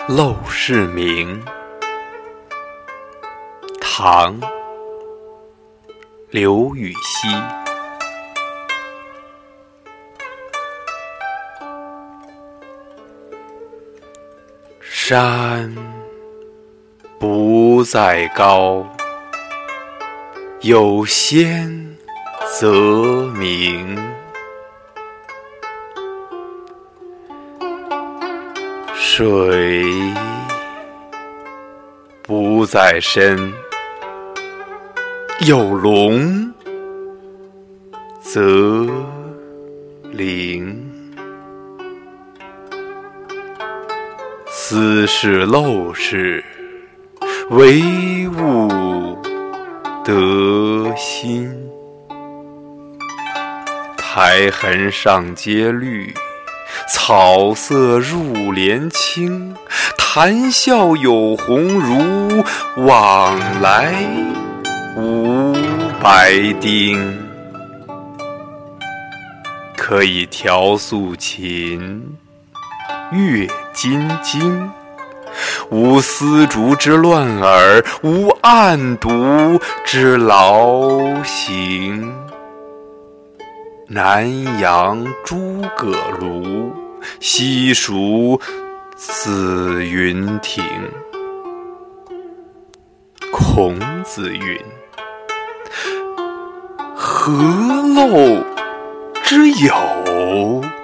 陋室铭，唐·刘禹锡。山不在高，有仙则名。水不在深，有龙则灵。斯是陋室，惟吾德馨。苔痕上阶绿，草色入帘青。谈笑有鸿儒，往来无白丁。可以调素琴，阅金经。无丝竹之乱耳，无案牍之劳形。南阳诸葛庐，西蜀子云亭。孔子云：何陋之有？